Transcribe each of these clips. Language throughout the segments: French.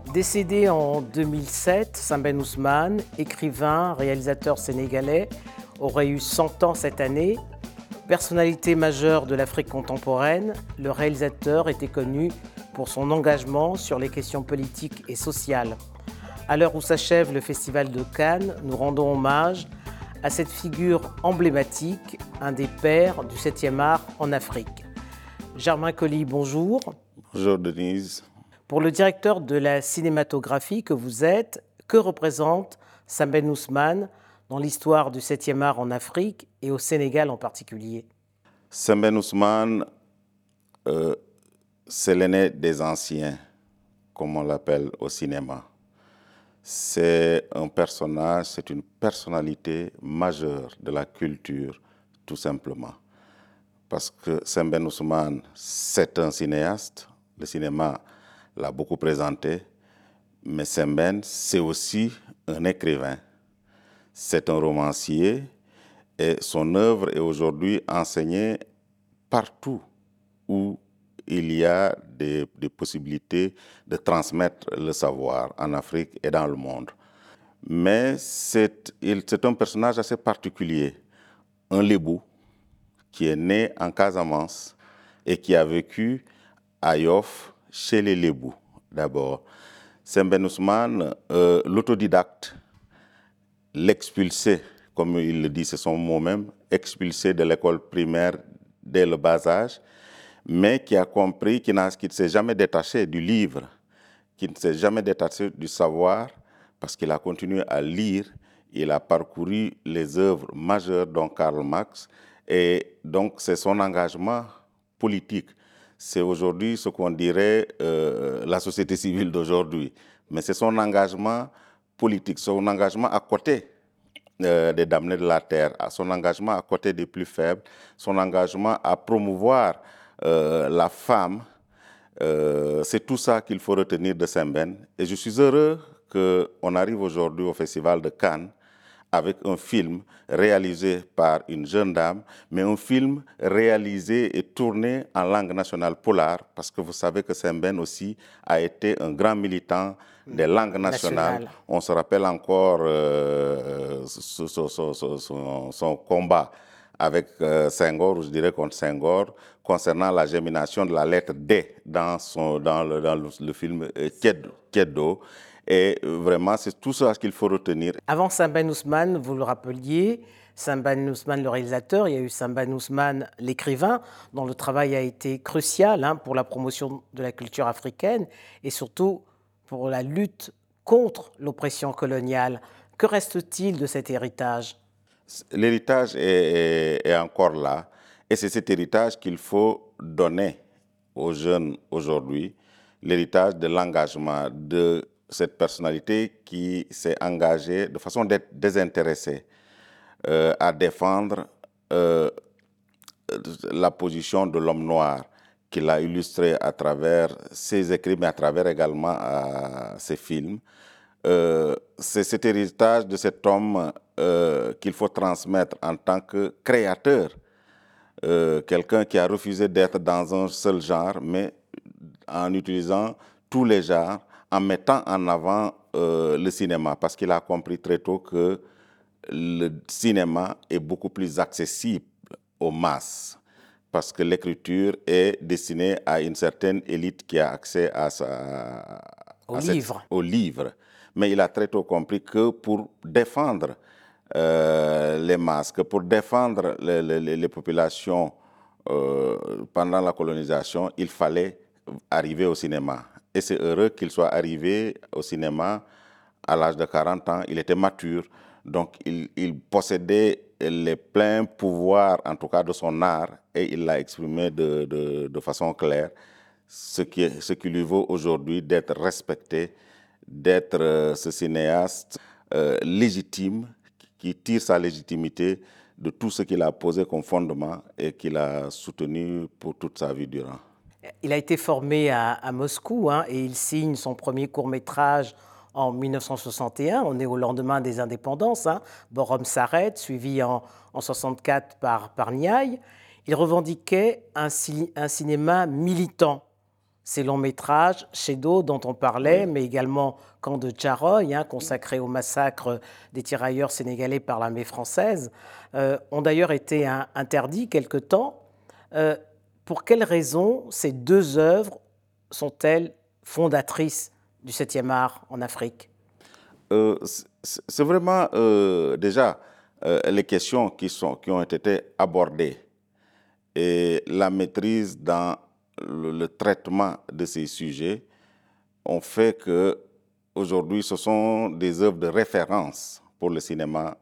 Décédé en 2007, Sembène Ousmane, écrivain, réalisateur sénégalais, aurait eu 100 ans cette année. Personnalité majeure de l'Afrique contemporaine, le réalisateur était connu pour son engagement sur les questions politiques et sociales. À l'heure où s'achève le Festival de Cannes, nous rendons hommage à cette figure emblématique, un des pères du 7e art en Afrique. Germain Colli, bonjour. Bonjour Denise. Pour le directeur de la cinématographie que vous êtes, que représente Sembène Ousmane dans l'histoire du 7e art en Afrique et au Sénégal en particulier? Sembène Ousmane, c'est l'aîné des anciens, comme on l'appelle au cinéma. C'est un personnage, c'est une personnalité majeure de la culture, tout simplement. Parce que Sembène Ousmane, c'est un cinéaste. Le cinéma l'a beaucoup présenté. Mais Sembène, c'est aussi un écrivain. C'est un romancier et son œuvre est aujourd'hui enseignée partout où il y a des possibilités de transmettre le savoir en Afrique et dans le monde. Mais c'est un personnage assez particulier, un Lébou qui est né en Casamance et qui a vécu à Yoff chez les Lébous d'abord. Sembène Ousmane, l'autodidacte, l'expulsé, comme il le dit, c'est son mot même, expulsé de l'école primaire dès le bas âge, mais qui a compris qu'il ne s'est jamais détaché du livre, qu'il ne s'est jamais détaché du savoir, parce qu'il a continué à lire, il a parcouru les œuvres majeures dont Karl Marx, et donc c'est son engagement politique. C'est aujourd'hui ce qu'on dirait la société civile d'aujourd'hui, mais c'est son engagement politique, son engagement à côté des damnés de la terre, son engagement à côté des plus faibles, son engagement à promouvoir la femme. C'est tout ça qu'il faut retenir de Sembène. Et je suis heureux qu'on arrive aujourd'hui au Festival de Cannes avec un film réalisé par une jeune dame, mais un film réalisé et tourné en langue nationale polaar, parce que vous savez que Sembène aussi a été un grand militant des langues nationales. On se rappelle encore son combat avec Senghor, ou je dirais contre Senghor, concernant la germination de la lettre D dans le film Keddo. Et vraiment, c'est tout ça qu'il faut retenir. Avant Sembène Ousmane, vous le rappeliez, Sembène Ousmane, le réalisateur, il y a eu Sembène Ousmane, l'écrivain, dont le travail a été crucial pour la promotion de la culture africaine et surtout pour la lutte contre l'oppression coloniale. Que reste-t-il de cet héritage? L'héritage est encore là et c'est cet héritage qu'il faut donner aux jeunes aujourd'hui, l'héritage de l'engagement, de cette personnalité qui s'est engagée de façon désintéressée à défendre la position de l'homme noir, qu'il a illustré à travers ses écrits, mais à travers également ses films. C'est cet héritage de cet homme qu'il faut transmettre en tant que créateur, quelqu'un qui a refusé d'être dans un seul genre, mais en utilisant tous les genres, en mettant en avant le cinéma, parce qu'il a compris très tôt que le cinéma est beaucoup plus accessible aux masses, parce que l'écriture est destinée à une certaine élite qui a accès au livre. Mais il a très tôt compris que pour défendre les masses, que pour défendre les populations pendant la colonisation, il fallait arriver au cinéma. Et c'est heureux qu'il soit arrivé au cinéma à l'âge de 40 ans. Il était mature, donc il possédait les pleins pouvoirs, en tout cas de son art, et il l'a exprimé de façon claire, ce qui lui vaut aujourd'hui d'être respecté, d'être ce cinéaste légitime, qui tire sa légitimité de tout ce qu'il a posé comme fondement et qu'il a soutenu pour toute sa vie durant. Il a été formé à Moscou et il signe son premier court-métrage en 1961. On est au lendemain des indépendances. Borom s'arrête, suivi en 1964 par Niaï. Il revendiquait un cinéma militant. ces longs métrages, Chedo dont on parlait, mais également Camp de Tcharoy, consacré au massacre des tirailleurs sénégalais par l'armée française, ont d'ailleurs été interdits quelque temps. Pour quelles raisons ces deux œuvres sont-elles fondatrices du 7e art en Afrique? C'est vraiment déjà les questions qui ont été abordées et la maîtrise dans le traitement de ces sujets ont fait que aujourd'hui ce sont des œuvres de référence pour le cinéma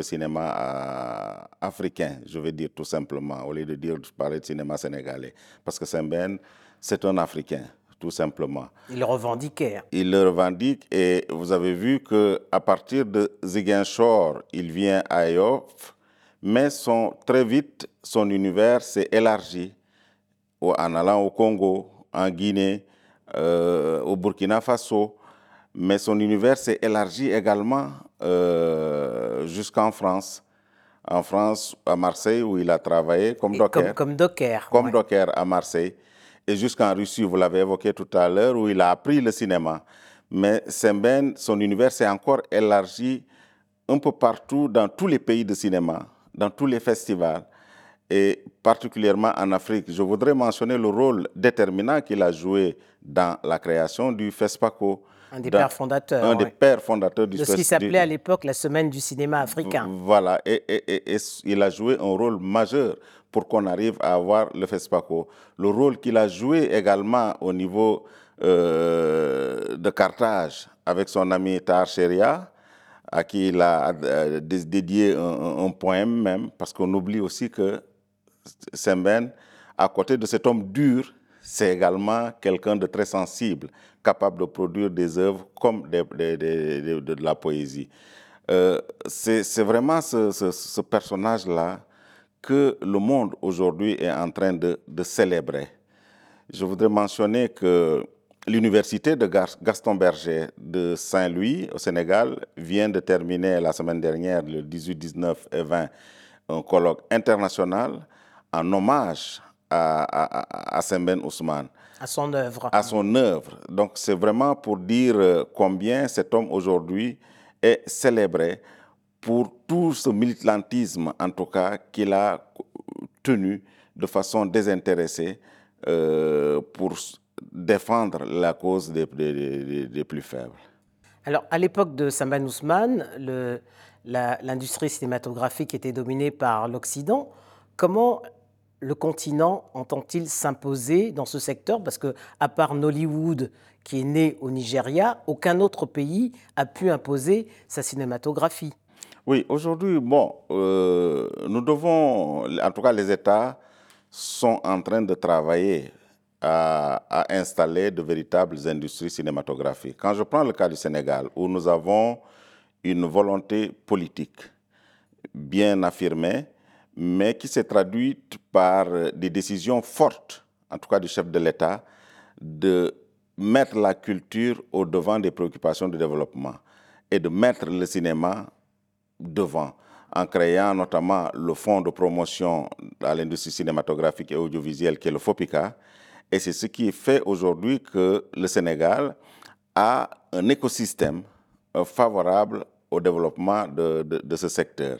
africain, je vais dire tout simplement, au lieu de parler de cinéma sénégalais, parce que Sembène, c'est un Africain, tout simplement. Il le revendiquait. Il le revendique et vous avez vu qu'à partir de Ziguinchor, il vient à Yoff, mais très vite, son univers s'est élargi en allant au Congo, en Guinée, au Burkina Faso, mais son univers s'est élargi également jusqu'en France. En France, à Marseille, où il a travaillé comme docker. Comme docker. Comme docker à Marseille. Et jusqu'en Russie, vous l'avez évoqué tout à l'heure, où il a appris le cinéma. Mais Sembène, son univers s'est encore élargi un peu partout dans tous les pays de cinéma, dans tous les festivals, et particulièrement en Afrique. Je voudrais mentionner le rôle déterminant qu'il a joué dans la création du FESPACO. Un des pères fondateurs. Un des pères fondateurs du de ce qui s'appelait à l'époque la Semaine du cinéma africain. Voilà, et il a joué un rôle majeur pour qu'on arrive à avoir le FESPACO. Le rôle qu'il a joué également au niveau de Carthage avec son ami Tahar Sheria, à qui il a dédié un poème même, parce qu'on oublie aussi que Sembène, à côté de cet homme dur, c'est également quelqu'un de très sensible, capable de produire des œuvres comme de la poésie. C'est vraiment ce personnage-là que le monde aujourd'hui est en train de célébrer. Je voudrais mentionner que l'université de Gaston Berger de Saint-Louis, au Sénégal, vient de terminer la semaine dernière, le 18, 19 et 20, un colloque international en hommage à Sembène Ousmane. À son œuvre. À son œuvre. Donc c'est vraiment pour dire combien cet homme aujourd'hui est célébré pour tout ce militantisme, en tout cas, qu'il a tenu de façon désintéressée pour défendre la cause des plus faibles. Alors, à l'époque de Sembène Ousmane, l'industrie cinématographique était dominée par l'Occident. Comment le continent entend-il s'imposer dans ce secteur? Parce qu'à part Nollywood, qui est né au Nigeria, aucun autre pays a pu imposer sa cinématographie. Oui, aujourd'hui, nous devons, en tout cas les États sont en train de travailler à installer de véritables industries cinématographiques. Quand je prends le cas du Sénégal, où nous avons une volonté politique bien affirmée, mais qui s'est traduite par des décisions fortes, en tout cas du chef de l'État, de mettre la culture au devant des préoccupations de développement et de mettre le cinéma devant, en créant notamment le fonds de promotion à l'industrie cinématographique et audiovisuelle qui est le FOPICA. Et c'est ce qui fait aujourd'hui que le Sénégal a un écosystème favorable au développement de ce secteur.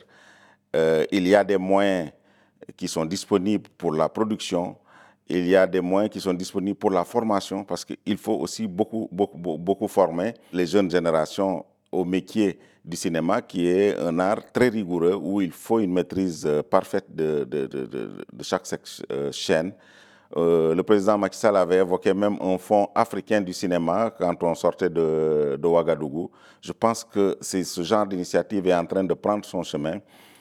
Il y a des moyens qui sont disponibles pour la production, il y a des moyens qui sont disponibles pour la formation, parce qu'il faut aussi beaucoup former les jeunes générations au métier du cinéma, qui est un art très rigoureux, où il faut une maîtrise parfaite de chaque chaîne. Le président Macky Sall avait évoqué même un fonds africain du cinéma quand on sortait de Ouagadougou. Je pense que ce genre d'initiative est en train de prendre son chemin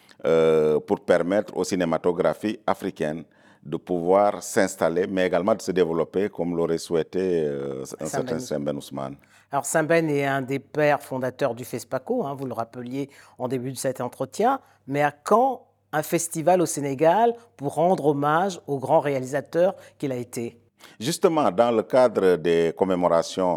pour permettre aux cinématographies africaines de pouvoir s'installer, mais également de se développer, comme l'aurait souhaité un certain Sembène Ousmane. Alors Sembène est un des pères fondateurs du FESPACO, vous le rappeliez en début de cet entretien, mais à quand un festival au Sénégal pour rendre hommage au grand réalisateur qu'il a été? Justement, dans le cadre des commémorations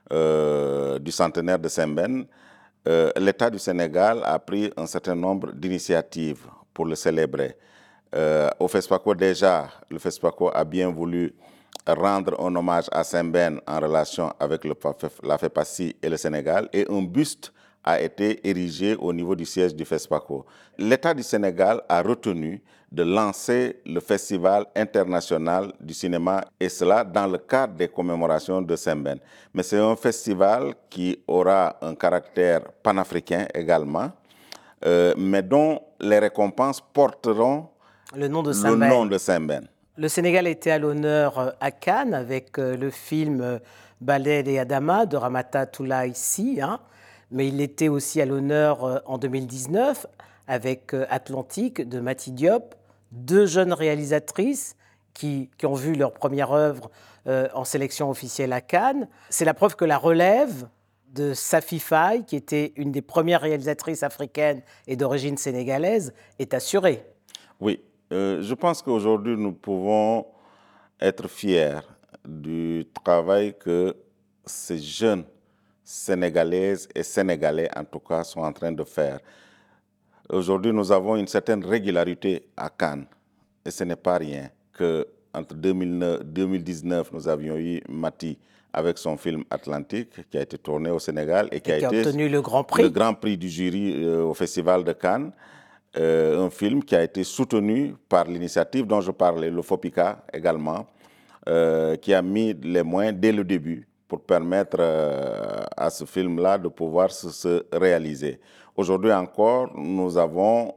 du centenaire de Sembène, l'État du Sénégal a pris un certain nombre d'initiatives pour le célébrer. Au FESPACO déjà, le FESPACO a bien voulu rendre un hommage à Sembène en relation avec la FEPACI et le Sénégal, et un buste a été érigé au niveau du siège du FESPACO. L'État du Sénégal a retenu de lancer le Festival international du cinéma, et cela dans le cadre des commémorations de Sembène. Mais c'est un festival qui aura un caractère panafricain également, mais dont les récompenses porteront le nom de Sembène. Le Sénégal était à l'honneur à Cannes avec le film Balel et Adama de Ramata Toulaye Sy, mais il était aussi à l'honneur en 2019 avec Atlantique de Mati Diop, deux jeunes réalisatrices qui ont vu leur première œuvre en sélection officielle à Cannes. C'est la preuve que la relève de Safi Faye, qui était une des premières réalisatrices africaines et d'origine sénégalaise, est assurée. Oui. Je pense qu'aujourd'hui, nous pouvons être fiers du travail que ces jeunes Sénégalaises et Sénégalais, en tout cas, sont en train de faire. Aujourd'hui, nous avons une certaine régularité à Cannes, et ce n'est pas rien. Entre 2019, nous avions eu Mati avec son film Atlantique, qui a été tourné au Sénégal et qui a été obtenu le Grand Prix du jury au Festival de Cannes. Un film qui a été soutenu par l'initiative dont je parlais, le FOPICA également, qui a mis les moyens dès le début pour permettre à ce film-là de pouvoir se réaliser. Aujourd'hui encore, nous avons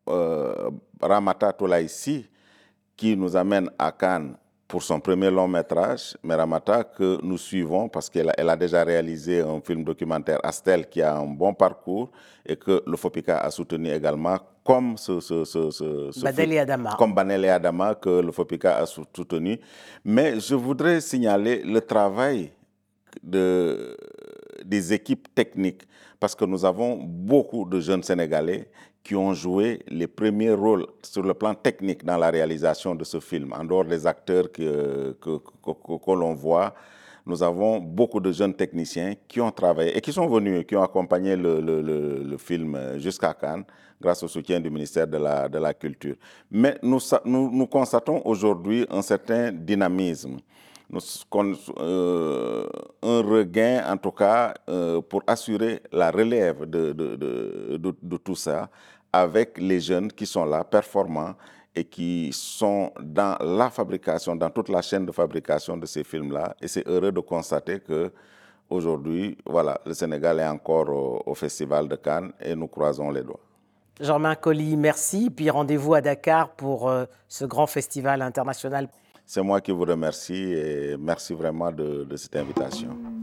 Ramata Toulaye Sy qui nous amène à Cannes pour son premier long métrage, mais Ramata que nous suivons parce qu'elle a déjà réalisé un film documentaire Astel qui a un bon parcours et que le FOPICA a soutenu également, comme Balel et Adama. Comme Balel et Adama que le FOPICA a soutenu. Mais je voudrais signaler le travail des équipes techniques, parce que nous avons beaucoup de jeunes Sénégalais qui ont joué les premiers rôles sur le plan technique dans la réalisation de ce film. En dehors des acteurs que l'on voit, nous avons beaucoup de jeunes techniciens qui ont travaillé et qui sont venus, qui ont accompagné le film jusqu'à Cannes, grâce au soutien du ministère de la Culture. Mais nous constatons aujourd'hui un certain dynamisme. Un regain, en tout cas, pour assurer la relève de tout ça, avec les jeunes qui sont là, performants, et qui sont dans la fabrication, dans toute la chaîne de fabrication de ces films-là. Et c'est heureux de constater qu'aujourd'hui, voilà, le Sénégal est encore au Festival de Cannes et nous croisons les doigts. Germain Colli, merci. Puis rendez-vous à Dakar pour ce grand festival international. C'est moi qui vous remercie et merci vraiment de cette invitation.